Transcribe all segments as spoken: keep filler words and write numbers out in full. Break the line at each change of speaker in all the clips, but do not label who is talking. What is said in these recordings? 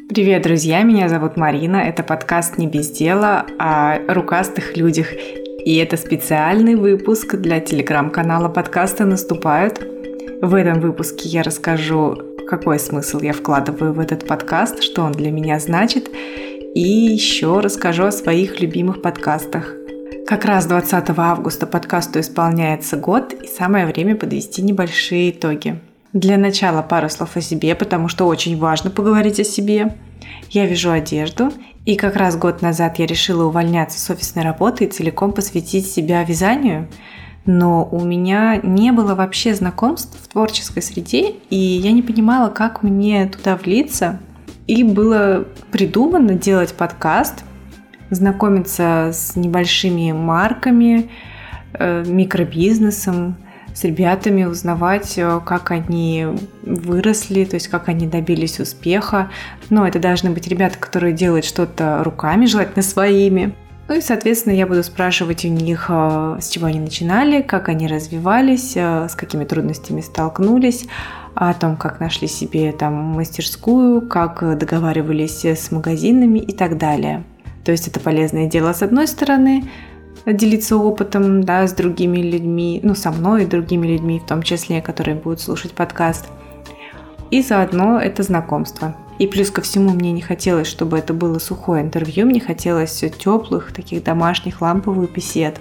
Привет, друзья! Меня зовут Марина. Это подкаст «Не без дела» о рукастых людях. И это специальный выпуск для телеграм-канала подкаста «Наступают». В этом выпуске я расскажу, какой смысл я вкладываю в этот подкаст, что он для меня значит, и еще расскажу о своих любимых подкастах. Как раз двадцатого августа подкасту исполняется год, и самое время подвести небольшие итоги. Для начала пару слов о себе, потому что очень важно поговорить о себе. Я вяжу одежду, и как раз год назад я решила увольняться с офисной работы и целиком посвятить себя вязанию. Но у меня не было вообще знакомств в творческой среде, и я не понимала, как мне туда влиться. И было придумано делать подкаст, знакомиться с небольшими марками, микробизнесом, с ребятами, узнавать, как они выросли, то есть как они добились успеха. Но это должны быть ребята, которые делают что-то руками, желательно своими. Ну и, соответственно, я буду спрашивать у них, с чего они начинали, как они развивались, с какими трудностями столкнулись, о том, как нашли себе там мастерскую, как договаривались с магазинами и так далее. То есть это полезное дело с одной стороны, делиться опытом, да, с другими людьми, ну, со мной и другими людьми, в том числе, которые будут слушать подкаст. И заодно это знакомство. И плюс ко всему мне не хотелось, чтобы это было сухое интервью, мне хотелось теплых, таких домашних ламповых бесед.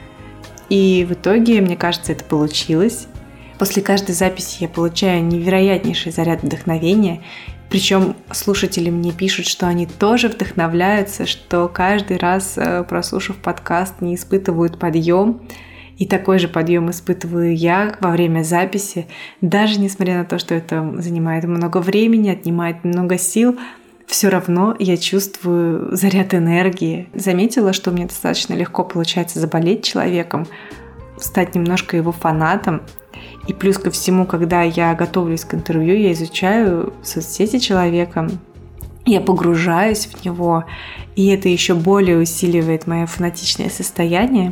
И в итоге, мне кажется, это получилось. После каждой записи я получаю невероятнейший заряд вдохновения. Причем слушатели мне пишут, что они тоже вдохновляются, что каждый раз, прослушав подкаст, не испытывают подъем. И такой же подъем испытываю я во время записи. Даже несмотря на то, что это занимает много времени, отнимает много сил, все равно я чувствую заряд энергии. Заметила, что мне достаточно легко получается заболеть человеком, стать немножко его фанатом. И плюс ко всему, когда я готовлюсь к интервью, я изучаю соцсети человека, я погружаюсь в него, и это еще более усиливает мое фанатичное состояние.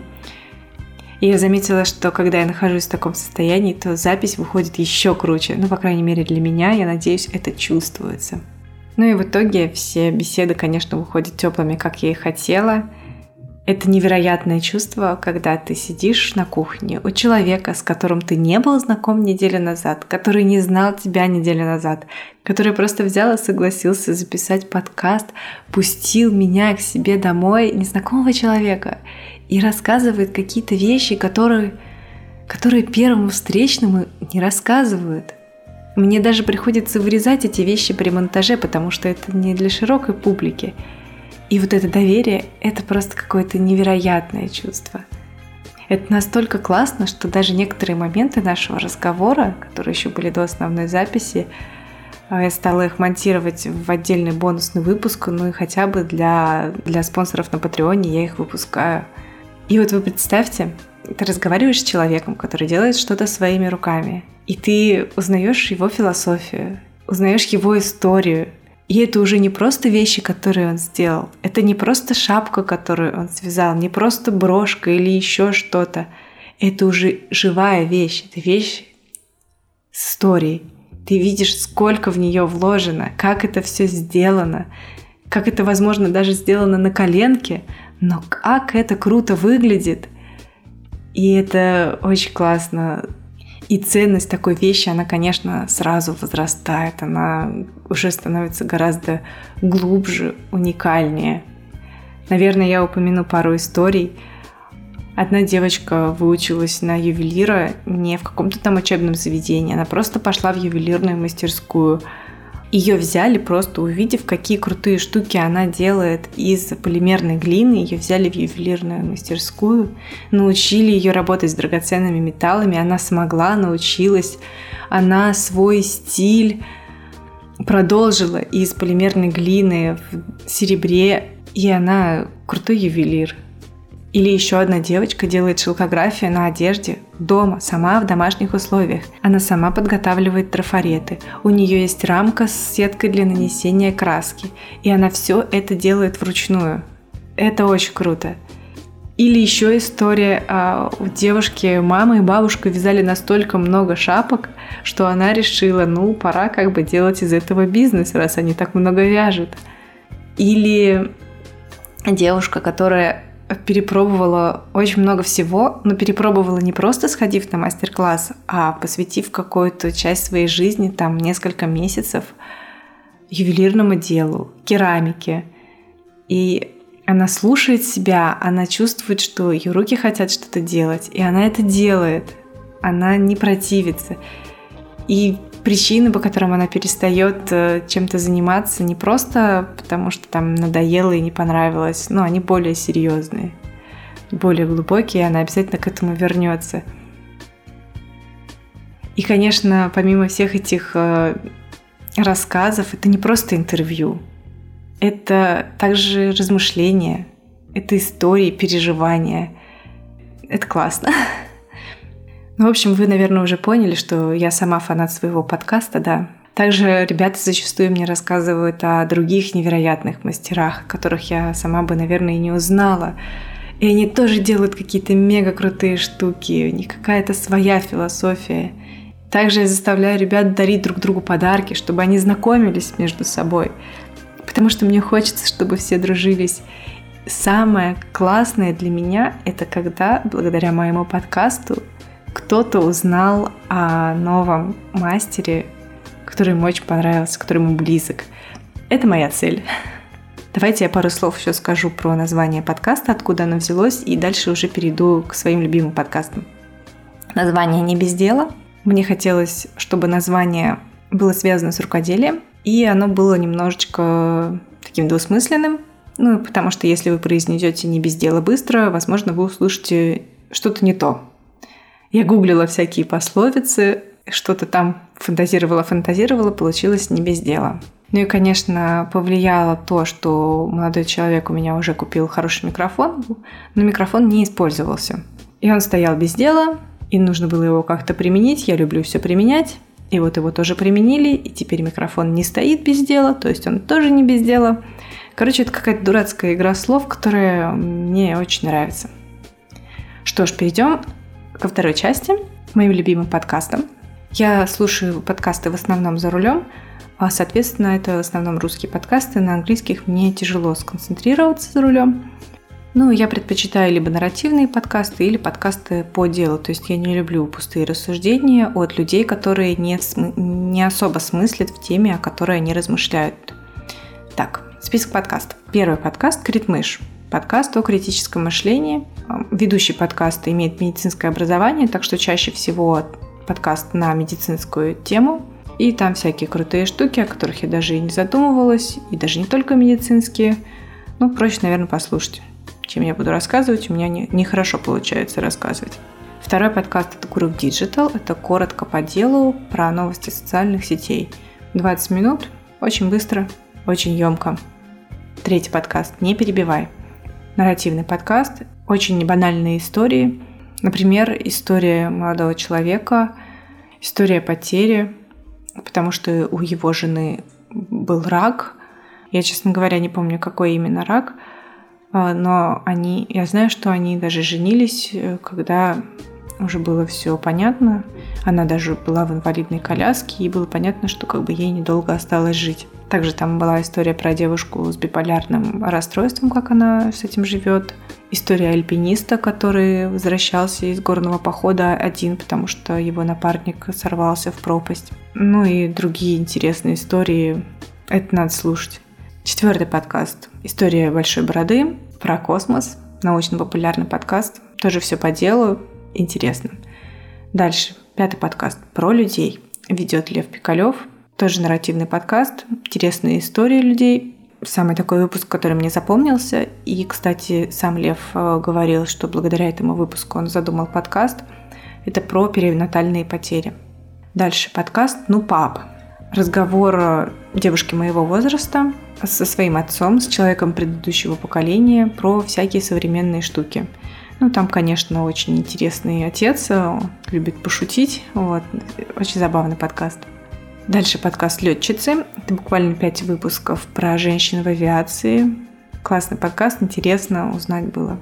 И я заметила, что когда я нахожусь в таком состоянии, то запись выходит еще круче. Ну, по крайней мере, для меня, я надеюсь, это чувствуется. Ну и в итоге все беседы, конечно, выходят теплыми, как я и хотела. Это невероятное чувство, когда ты сидишь на кухне у человека, с которым ты не был знаком неделю назад, который не знал тебя неделю назад, который просто взял и согласился записать подкаст, пустил меня к себе домой, незнакомого человека, и рассказывает какие-то вещи, которые, которые первому встречному не рассказывают. Мне даже приходится вырезать эти вещи при монтаже, потому что это не для широкой публики. И вот это доверие – это просто какое-то невероятное чувство. Это настолько классно, что даже некоторые моменты нашего разговора, которые еще были до основной записи, я стала их монтировать в отдельный бонусный выпуск, ну и хотя бы для, для спонсоров на Патреоне я их выпускаю. И вот вы представьте, ты разговариваешь с человеком, который делает что-то своими руками, и ты узнаешь его философию, узнаешь его историю. И это уже не просто вещи, которые он сделал. Это не просто шапка, которую он связал, не просто брошка или еще что-то. Это уже живая вещь. Это вещь с историей. Ты видишь, сколько в нее вложено, как это все сделано, как это, возможно, даже сделано на коленке, но как это круто выглядит. И это очень классно. И ценность такой вещи, она, конечно, сразу возрастает, она уже становится гораздо глубже, уникальнее. Наверное, я упомяну пару историй. Одна девочка выучилась на ювелира не в каком-то там учебном заведении, она просто пошла в ювелирную мастерскую. Ее взяли, просто увидев, какие крутые штуки она делает из полимерной глины. Ее взяли в ювелирную мастерскую, научили ее работать с драгоценными металлами. Она смогла, научилась. Она свой стиль продолжила из полимерной глины в серебре. И она крутой ювелир. Или еще одна девочка делает шелкографию на одежде дома, сама в домашних условиях. Она сама подготавливает трафареты. У нее есть рамка с сеткой для нанесения краски. И она все это делает вручную. Это очень круто. Или еще история, у девушки мама и бабушка вязали настолько много шапок, что она решила, ну, пора как бы делать из этого бизнес, раз они так много вяжут. Или девушка, которая перепробовала очень много всего, но перепробовала не просто сходив на мастер-класс, а посвятив какую-то часть своей жизни, там, несколько месяцев ювелирному делу, керамике. И она слушает себя, она чувствует, что ее руки хотят что-то делать, и она это делает. Она не противится. И причины, по которым она перестает чем-то заниматься, не просто потому, что там надоело и не понравилось, но они более серьезные, более глубокие, и она обязательно к этому вернется. И, конечно, помимо всех этих рассказов, это не просто интервью. Это также размышления, это истории, переживания. Это классно. Ну, в общем, вы, наверное, уже поняли, что я сама фанат своего подкаста, да. Также ребята зачастую мне рассказывают о других невероятных мастерах, которых я сама бы, наверное, и не узнала. И они тоже делают какие-то мега крутые штуки, у них какая-то своя философия. Также я заставляю ребят дарить друг другу подарки, чтобы они знакомились между собой. Потому что мне хочется, чтобы все дружились. Самое классное для меня – это когда, благодаря моему подкасту, кто-то узнал о новом мастере, который ему очень понравился, который ему близок. Это моя цель. Давайте я пару слов еще скажу про название подкаста, откуда оно взялось, и дальше уже перейду к своим любимым подкастам. Название «Не без дела». Мне хотелось, чтобы название было связано с рукоделием, и оно было немножечко таким двусмысленным, ну, потому что если вы произнесете «не без дела» быстро, возможно, вы услышите что-то не то. Я гуглила всякие пословицы, что-то там фантазировала-фантазировала, получилось «не без дела». Ну и, конечно, повлияло то, что молодой человек у меня уже купил хороший микрофон, но микрофон не использовался. И он стоял без дела, и нужно было его как-то применить. Я люблю все применять. И вот его тоже применили, и теперь микрофон не стоит без дела, то есть он тоже не без дела. Короче, это какая-то дурацкая игра слов, которая мне очень нравится. Что ж, перейдем ко второй части, моим любимым подкастам. Я слушаю подкасты в основном за рулем, а, соответственно, это в основном русские подкасты, на английских мне тяжело сконцентрироваться за рулем. Ну, я предпочитаю либо нарративные подкасты, или подкасты по делу. То есть я не люблю пустые рассуждения от людей, которые не, не особо смыслят в теме, о которой они размышляют. Так, список подкастов. Первый подкаст «Критмыш». Подкаст о критическом мышлении. Ведущий подкаста имеет медицинское образование, так что чаще всего подкаст на медицинскую тему. И там всякие крутые штуки, о которых я даже и не задумывалась, и даже не только медицинские. Ну, проще, наверное, послушать, чем я буду рассказывать. У меня нехорошо не получается рассказывать. Второй подкаст – это Group Digital. Это коротко по делу про новости социальных сетей. двадцать минут, очень быстро, очень емко. Третий подкаст «Не перебивай». Нарративный подкаст, очень небанальные истории. Например, история молодого человека, история потери, потому что у его жены был рак. Я, честно говоря, не помню, какой именно рак, но они, я знаю, что они даже женились, когда уже было все понятно. Она даже была в инвалидной коляске, и было понятно, что как бы ей недолго осталось жить. Также там была история про девушку с биполярным расстройством, как она с этим живет. История альпиниста, который возвращался из горного похода один, потому что его напарник сорвался в пропасть. Ну и другие интересные истории. Это надо слушать. Четвертый подкаст. История большой бороды про космос. Научно-популярный подкаст. Тоже все по делу. Интересно. Дальше. Пятый подкаст. Про людей. Ведет Лев Пикалев. Тоже нарративный подкаст. Интересные истории людей. Самый такой выпуск, который мне запомнился. И, кстати, сам Лев говорил, что благодаря этому выпуску он задумал подкаст. Это про перинатальные потери. Дальше подкаст «Ну, пап». Разговор девушки моего возраста со своим отцом, с человеком предыдущего поколения про всякие современные штуки. Ну, там, конечно, очень интересный отец, любит пошутить. Вот. Очень забавный подкаст. Дальше подкаст «Летчицы». Это буквально пять выпусков про женщин в авиации. Классный подкаст, интересно узнать было.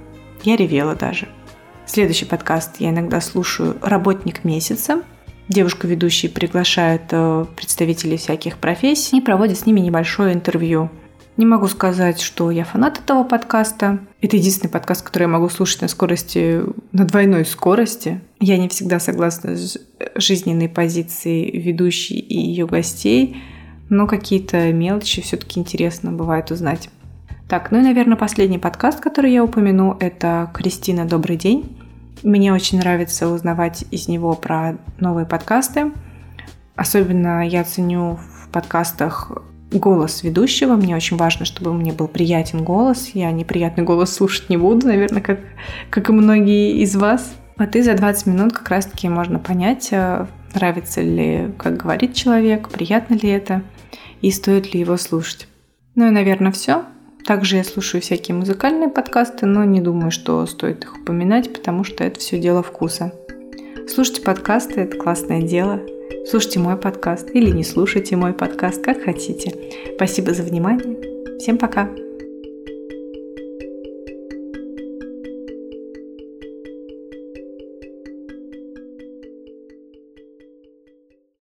Я ревела даже. Следующий подкаст я иногда слушаю «Работник месяца». Девушка-ведущие приглашают представителей всяких профессий и проводят с ними небольшое интервью. Не могу сказать, что я фанат этого подкаста. Это единственный подкаст, который я могу слушать на скорости, на двойной скорости. Я не всегда согласна с жизненной позицией ведущей и ее гостей, но какие-то мелочи все-таки интересно бывает узнать. Так, ну и, наверное, последний подкаст, который я упомяну, это «Кристина, добрый день». Мне очень нравится узнавать из него про новые подкасты. Особенно я ценю в подкастах голос ведущего. Мне очень важно, чтобы мне был приятен голос. Я неприятный голос слушать не буду, наверное, как, как и многие из вас. Вот и за двадцать минут как раз-таки можно понять, нравится ли, как говорит человек, приятно ли это и стоит ли его слушать. Ну и, наверное, все. Также я слушаю всякие музыкальные подкасты, но не думаю, что стоит их упоминать, потому что это все дело вкуса. Слушайте подкасты, это классное дело. Слушайте мой подкаст или не слушайте мой подкаст, как хотите. Спасибо за внимание. Всем пока!